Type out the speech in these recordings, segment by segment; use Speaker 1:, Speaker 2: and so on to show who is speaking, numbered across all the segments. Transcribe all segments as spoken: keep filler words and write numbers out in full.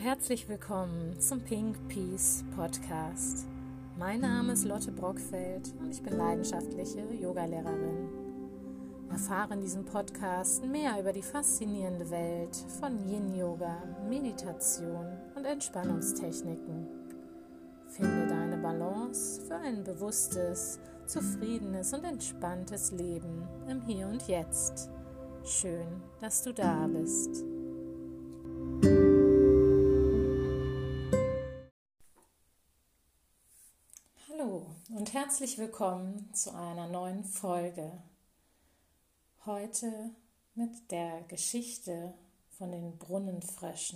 Speaker 1: herzlich willkommen zum Pink Peace Podcast. Mein Name ist Lotte Brockfeld und ich bin leidenschaftliche Yogalehrerin. Erfahre in diesem Podcast mehr über die faszinierende Welt von Yin-Yoga, Meditation und Entspannungstechniken. Finde deine Balance für ein bewusstes, zufriedenes und entspanntes Leben im Hier und Jetzt. Schön, dass du da bist. Hallo und herzlich willkommen zu einer neuen Folge. Heute mit der Geschichte von den Brunnenfröschen.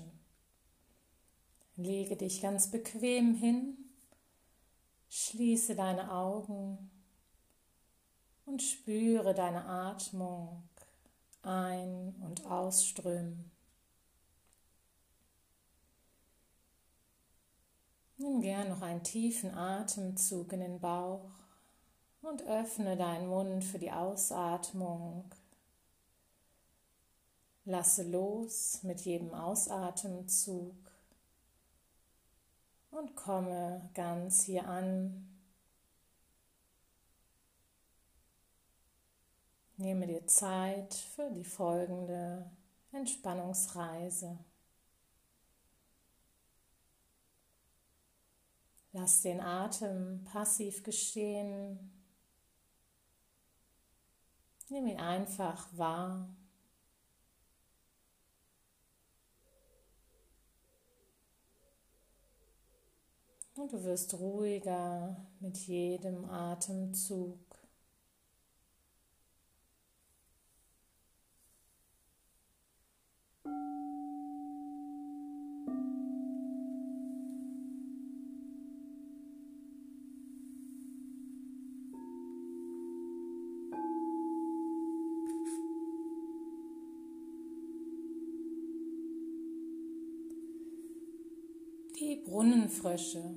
Speaker 1: Lege dich ganz bequem hin, schließe deine Augen und spüre deine Atmung ein- und ausströmen. Nimm gern noch einen tiefen Atemzug in den Bauch und öffne deinen Mund für die Ausatmung. Lasse los mit jedem Ausatemzug und komme ganz hier an. Nehme dir Zeit für die folgende Entspannungsreise. Lass den Atem passiv geschehen. Nimm ihn einfach wahr. Und du wirst ruhiger mit jedem Atemzug. Die Brunnenfrösche.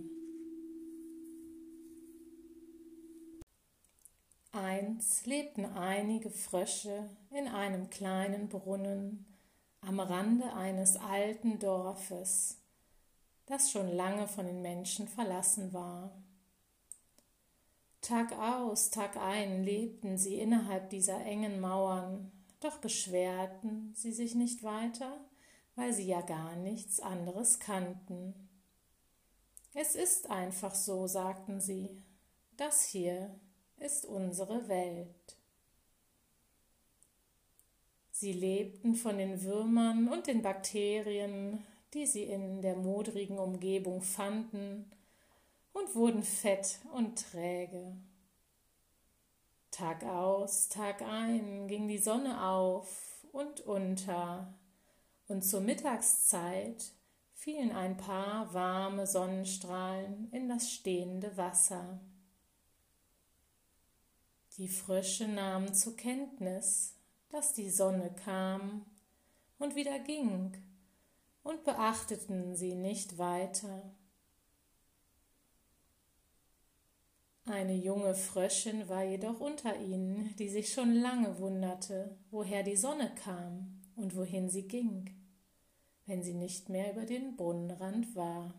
Speaker 1: Einst lebten einige Frösche in einem kleinen Brunnen am Rande eines alten Dorfes, das schon lange von den Menschen verlassen war. Tag aus, Tag ein lebten sie innerhalb dieser engen Mauern, doch beschwerten sie sich nicht weiter, weil sie ja gar nichts anderes kannten. Es ist einfach so, sagten sie, das hier ist unsere Welt. Sie lebten von den Würmern und den Bakterien, die sie in der modrigen Umgebung fanden, und wurden fett und träge. Tag aus, Tag ein ging die Sonne auf und unter, und zur Mittagszeit fielen ein paar warme Sonnenstrahlen in das stehende Wasser. Die Frösche nahmen zur Kenntnis, dass die Sonne kam und wieder ging, und beachteten sie nicht weiter. Eine junge Fröschin war jedoch unter ihnen, die sich schon lange wunderte, woher die Sonne kam und wohin sie ging, wenn sie nicht mehr über den Brunnenrand war.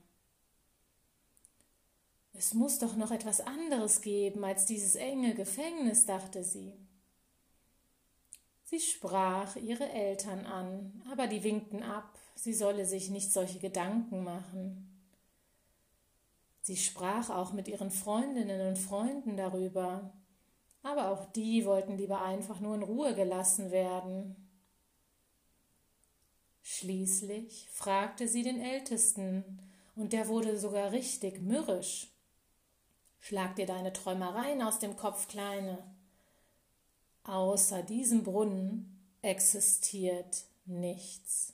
Speaker 1: Es muss doch noch etwas anderes geben als dieses enge Gefängnis, dachte sie. Sie sprach ihre Eltern an, aber die winkten ab, sie solle sich nicht solche Gedanken machen. Sie sprach auch mit ihren Freundinnen und Freunden darüber, aber auch die wollten lieber einfach nur in Ruhe gelassen werden. Schließlich fragte sie den Ältesten, und der wurde sogar richtig mürrisch. Schlag dir deine Träumereien aus dem Kopf, Kleine. Außer diesem Brunnen existiert nichts.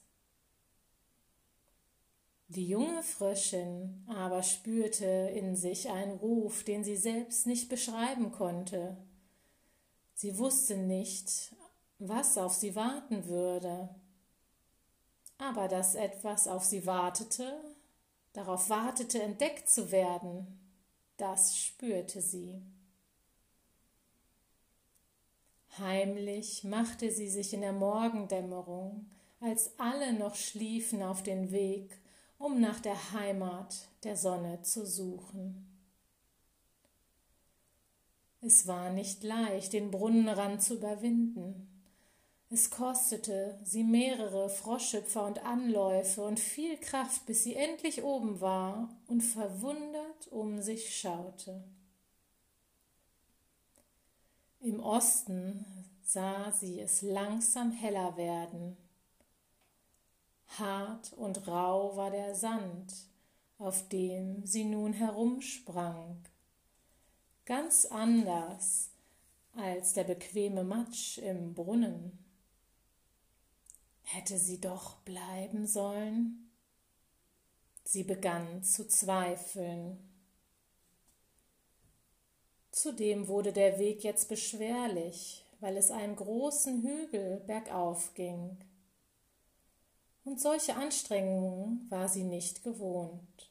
Speaker 1: Die junge Fröschin aber spürte in sich einen Ruf, den sie selbst nicht beschreiben konnte. Sie wusste nicht, was auf sie warten würde. Aber dass etwas auf sie wartete, darauf wartete, entdeckt zu werden, das spürte sie. Heimlich machte sie sich in der Morgendämmerung, als alle noch schliefen, auf den Weg, um nach der Heimat der Sonne zu suchen. Es war nicht leicht, den Brunnenrand zu überwinden. Es kostete sie mehrere Froschhüpfer und Anläufe und viel Kraft, bis sie endlich oben war und verwundert um sich schaute. Im Osten sah sie es langsam heller werden. Hart und rau war der Sand, auf dem sie nun herumsprang. Ganz anders als der bequeme Matsch im Brunnen. Hätte sie doch bleiben sollen? Sie begann zu zweifeln. Zudem wurde der Weg jetzt beschwerlich, weil es einen großen Hügel bergauf ging. Und solche Anstrengungen war sie nicht gewohnt.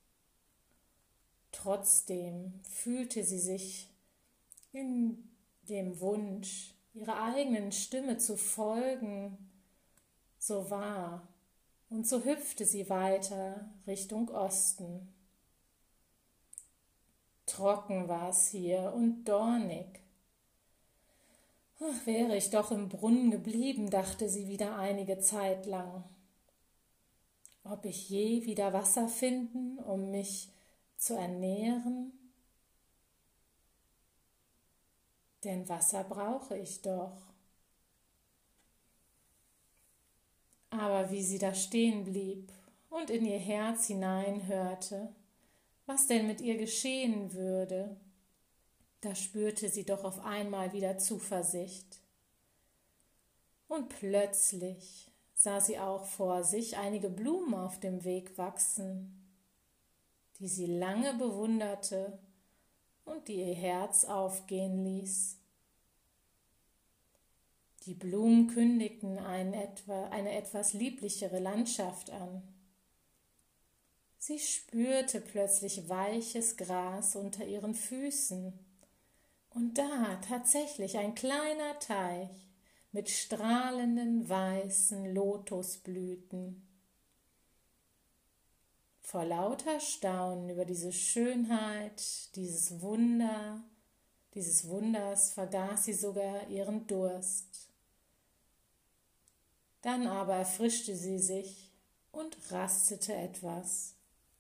Speaker 1: Trotzdem fühlte sie sich in dem Wunsch, ihrer eigenen Stimme zu folgen, so wahr, und so hüpfte sie weiter Richtung Osten. Trocken war es hier und dornig. Ach, wäre ich doch im Brunnen geblieben, dachte sie wieder einige Zeit lang. Ob ich je wieder Wasser finden, um mich zu ernähren? Denn Wasser brauche ich doch. Aber wie sie da stehen blieb und in ihr Herz hineinhörte, was denn mit ihr geschehen würde, da spürte sie doch auf einmal wieder Zuversicht. Und plötzlich sah sie auch vor sich einige Blumen auf dem Weg wachsen, die sie lange bewunderte und die ihr Herz aufgehen ließ. Die Blumen kündigten ein etwa, eine etwas lieblichere Landschaft an. Sie spürte plötzlich weiches Gras unter ihren Füßen und da tatsächlich ein kleiner Teich mit strahlenden weißen Lotusblüten. Vor lauter Staunen über diese Schönheit, dieses Wunder, dieses Wunders vergaß sie sogar ihren Durst. Dann aber erfrischte sie sich und rastete etwas.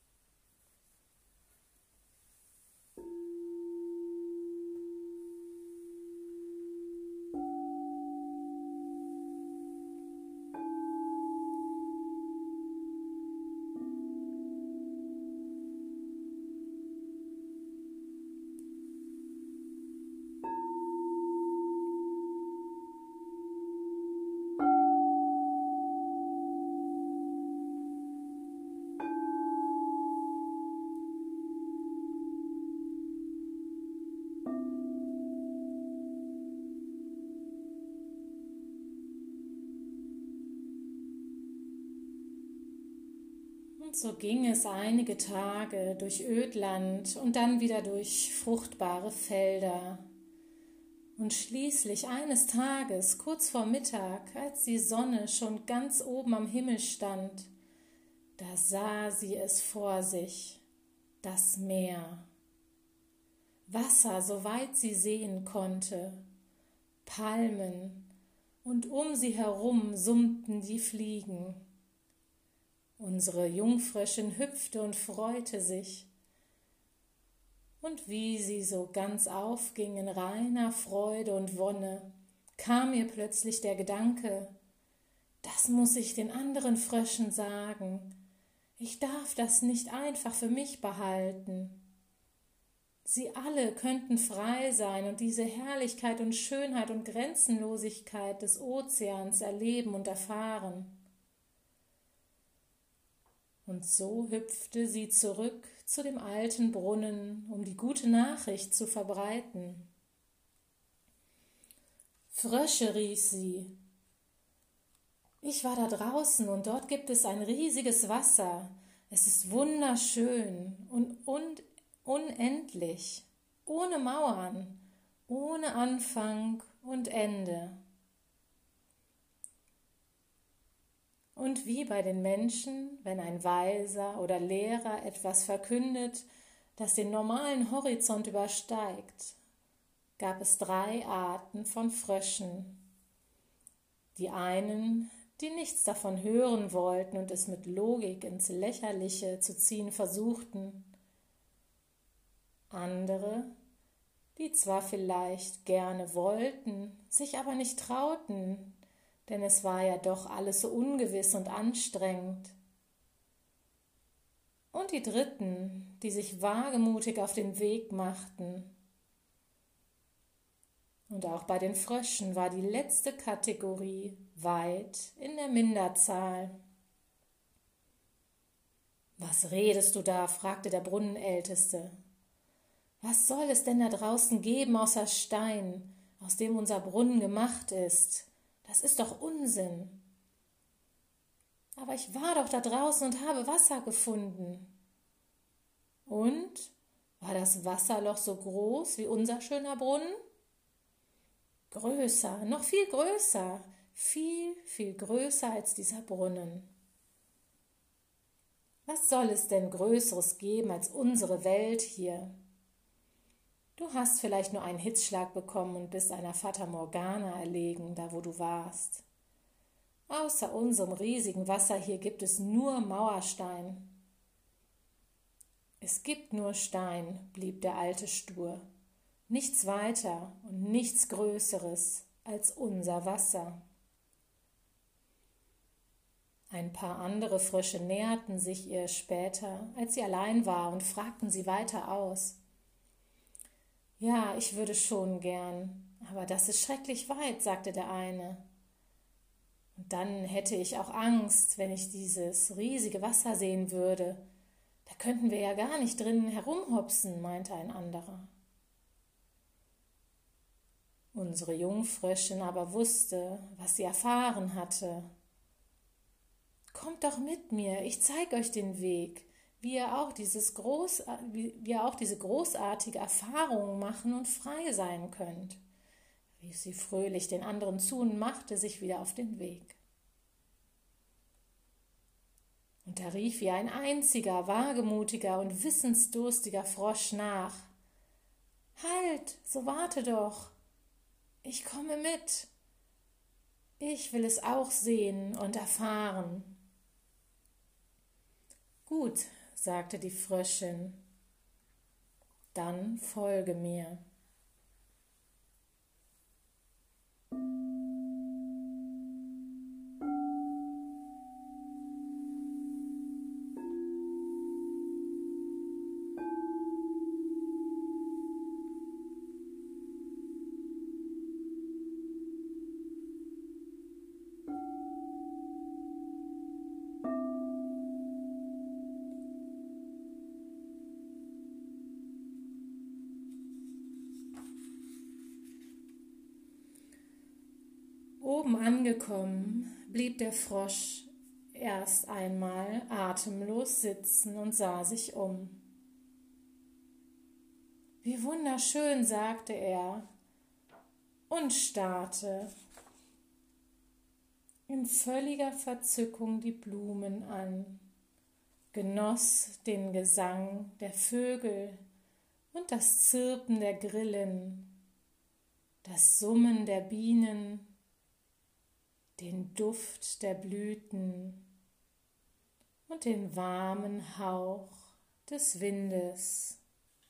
Speaker 1: Und so ging es einige Tage durch Ödland und dann wieder durch fruchtbare Felder. Und schließlich eines Tages, kurz vor Mittag, als die Sonne schon ganz oben am Himmel stand, da sah sie es vor sich, das Meer. Wasser, soweit sie sehen konnte, Palmen, und um sie herum summten die Fliegen. Unsere Jungfröschin hüpfte und freute sich. Und wie sie so ganz aufging in reiner Freude und Wonne, kam ihr plötzlich der Gedanke, das muss ich den anderen Fröschen sagen. Ich darf das nicht einfach für mich behalten. Sie alle könnten frei sein und diese Herrlichkeit und Schönheit und Grenzenlosigkeit des Ozeans erleben und erfahren. Und so hüpfte sie zurück zu dem alten Brunnen, um die gute Nachricht zu verbreiten. Frösche, rief sie. Ich war da draußen und dort gibt es ein riesiges Wasser. Es ist wunderschön und, und unendlich, ohne Mauern, ohne Anfang und Ende. Und wie bei den Menschen, wenn ein Weiser oder Lehrer etwas verkündet, das den normalen Horizont übersteigt, gab es drei Arten von Fröschen. Die einen, die nichts davon hören wollten und es mit Logik ins Lächerliche zu ziehen versuchten. Andere, die zwar vielleicht gerne wollten, sich aber nicht trauten, denn es war ja doch alles so ungewiss und anstrengend. Und die Dritten, die sich wagemutig auf den Weg machten. Und auch bei den Fröschen war die letzte Kategorie weit in der Minderzahl. »Was redest du da?« fragte der Brunnenälteste. »Was soll es denn da draußen geben außer Stein, aus dem unser Brunnen gemacht ist? Das ist doch Unsinn.« »Aber ich war doch da draußen und habe Wasser gefunden.« »Und? War das Wasserloch so groß wie unser schöner Brunnen?« »Größer, noch viel größer, viel, viel größer als dieser Brunnen.« »Was soll es denn Größeres geben als unsere Welt hier? Du hast vielleicht nur einen Hitzschlag bekommen und bist einer Fata Morgana erlegen, da wo du warst. Außer unserem riesigen Wasser hier gibt es nur Mauerstein.« »Es gibt nur Stein«, blieb der Alte stur, »nichts weiter und nichts Größeres als unser Wasser.« Ein paar andere Frösche näherten sich ihr später, als sie allein war, und fragten sie weiter aus. »Ja, ich würde schon gern, aber das ist schrecklich weit«, sagte der eine. »Und dann hätte ich auch Angst, wenn ich dieses riesige Wasser sehen würde. Da könnten wir ja gar nicht drinnen herumhopsen«, meinte ein anderer. Unsere Jungfröschin aber wusste, was sie erfahren hatte. »Kommt doch mit mir, ich zeige euch den Weg, wie ihr auch, dieses groß, wie ihr auch diese großartige Erfahrung machen und frei sein könnt«, rief sie fröhlich den anderen zu und machte sich wieder auf den Weg. Und da rief ihr ein einziger, wagemutiger und wissensdurstiger Frosch nach. »Halt, so warte doch! Ich komme mit. Ich will es auch sehen und erfahren.« »Gut«, sagte die Fröschin, »dann folge mir.« Oben angekommen, blieb der Frosch erst einmal atemlos sitzen und sah sich um. »Wie wunderschön«, sagte er und starrte in völliger Verzückung die Blumen an, genoss den Gesang der Vögel und das Zirpen der Grillen, das Summen der Bienen, den Duft der Blüten und den warmen Hauch des Windes.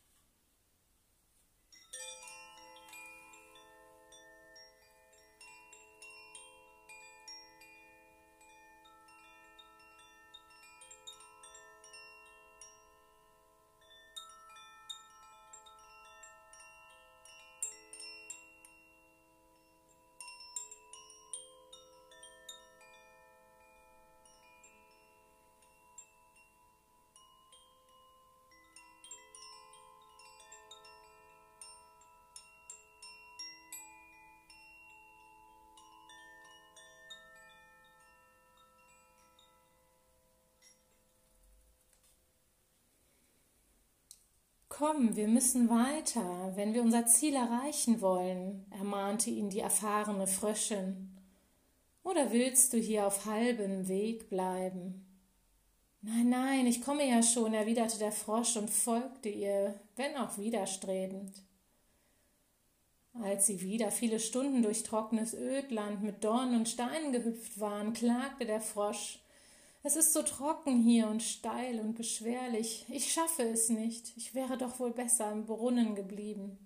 Speaker 1: »Komm, wir müssen weiter, wenn wir unser Ziel erreichen wollen«, ermahnte ihn die erfahrene Fröschin. Oder willst du hier auf halbem Weg bleiben? Nein, nein, ich komme ja schon, erwiderte der Frosch und folgte ihr, wenn auch widerstrebend. Als sie wieder viele Stunden durch trockenes Ödland mit Dornen und Steinen gehüpft waren, klagte der Frosch: »Es ist so trocken hier und steil und beschwerlich. Ich schaffe es nicht. Ich wäre doch wohl besser am Brunnen geblieben.«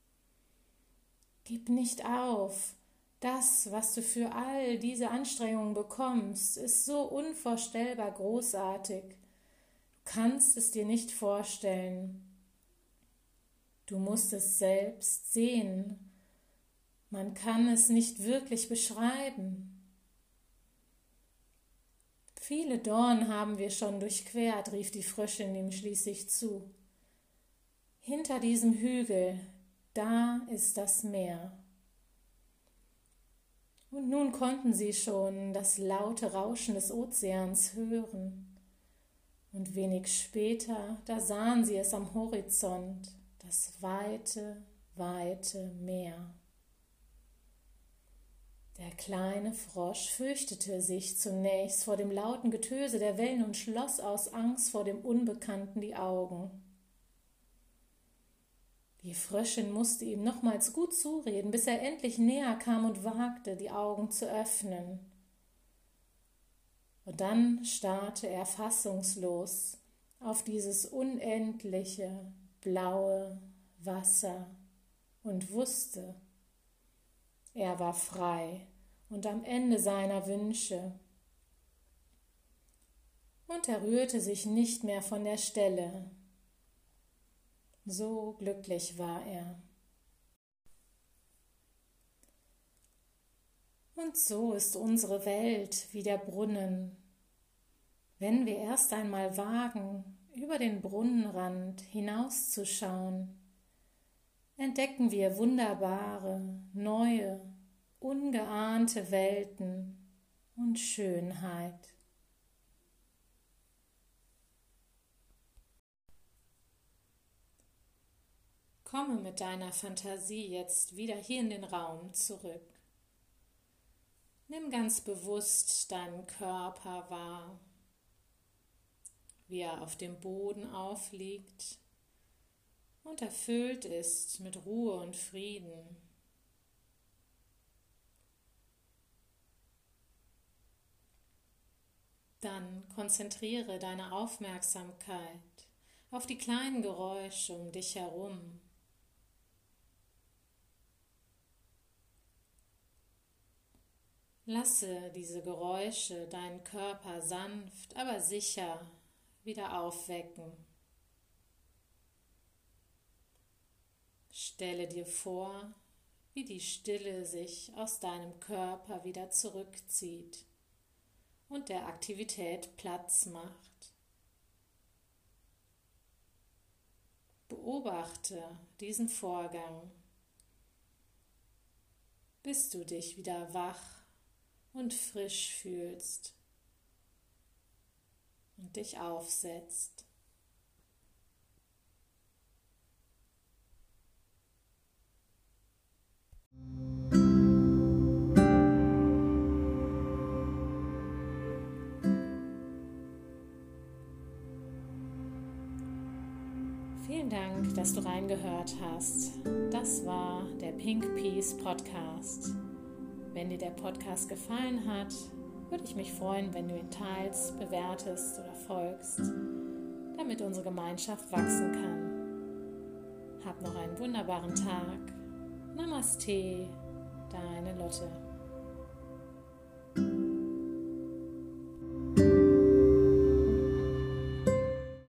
Speaker 1: »Gib nicht auf. Das, was du für all diese Anstrengungen bekommst, ist so unvorstellbar großartig. Du kannst es dir nicht vorstellen. Du musst es selbst sehen. Man kann es nicht wirklich beschreiben. Viele Dornen haben wir schon durchquert«, rief die Fröschin ihm schließlich zu. »Hinter diesem Hügel, da ist das Meer.« Und nun konnten sie schon das laute Rauschen des Ozeans hören. Und wenig später, da sahen sie es am Horizont, das weite, weite Meer. Der kleine Frosch fürchtete sich zunächst vor dem lauten Getöse der Wellen und schloss aus Angst vor dem Unbekannten die Augen. Die Fröschin musste ihm nochmals gut zureden, bis er endlich näher kam und wagte, die Augen zu öffnen. Und dann starrte er fassungslos auf dieses unendliche, blaue Wasser und wusste, er war frei und am Ende seiner Wünsche. Und er rührte sich nicht mehr von der Stelle. So glücklich war er. Und so ist unsere Welt wie der Brunnen. Wenn wir erst einmal wagen, über den Brunnenrand hinauszuschauen, entdecken wir wunderbare, neue, ungeahnte Welten und Schönheit. Komme mit deiner Fantasie jetzt wieder hier in den Raum zurück. Nimm ganz bewusst deinen Körper wahr, wie er auf dem Boden aufliegt und erfüllt ist mit Ruhe und Frieden. Dann konzentriere deine Aufmerksamkeit auf die kleinen Geräusche um dich herum. Lasse diese Geräusche deinen Körper sanft, aber sicher wieder aufwecken. Stelle dir vor, wie die Stille sich aus deinem Körper wieder zurückzieht und der Aktivität Platz macht. Beobachte diesen Vorgang, bis du dich wieder wach und frisch fühlst und dich aufsetzt. Vielen Dank, dass du reingehört hast. Das war der Pink Peace Podcast. Wenn dir der Podcast gefallen hat, würde ich mich freuen, wenn du ihn teilst, bewertest oder folgst, damit unsere Gemeinschaft wachsen kann. Hab noch einen wunderbaren Tag. Namaste, deine Lotte.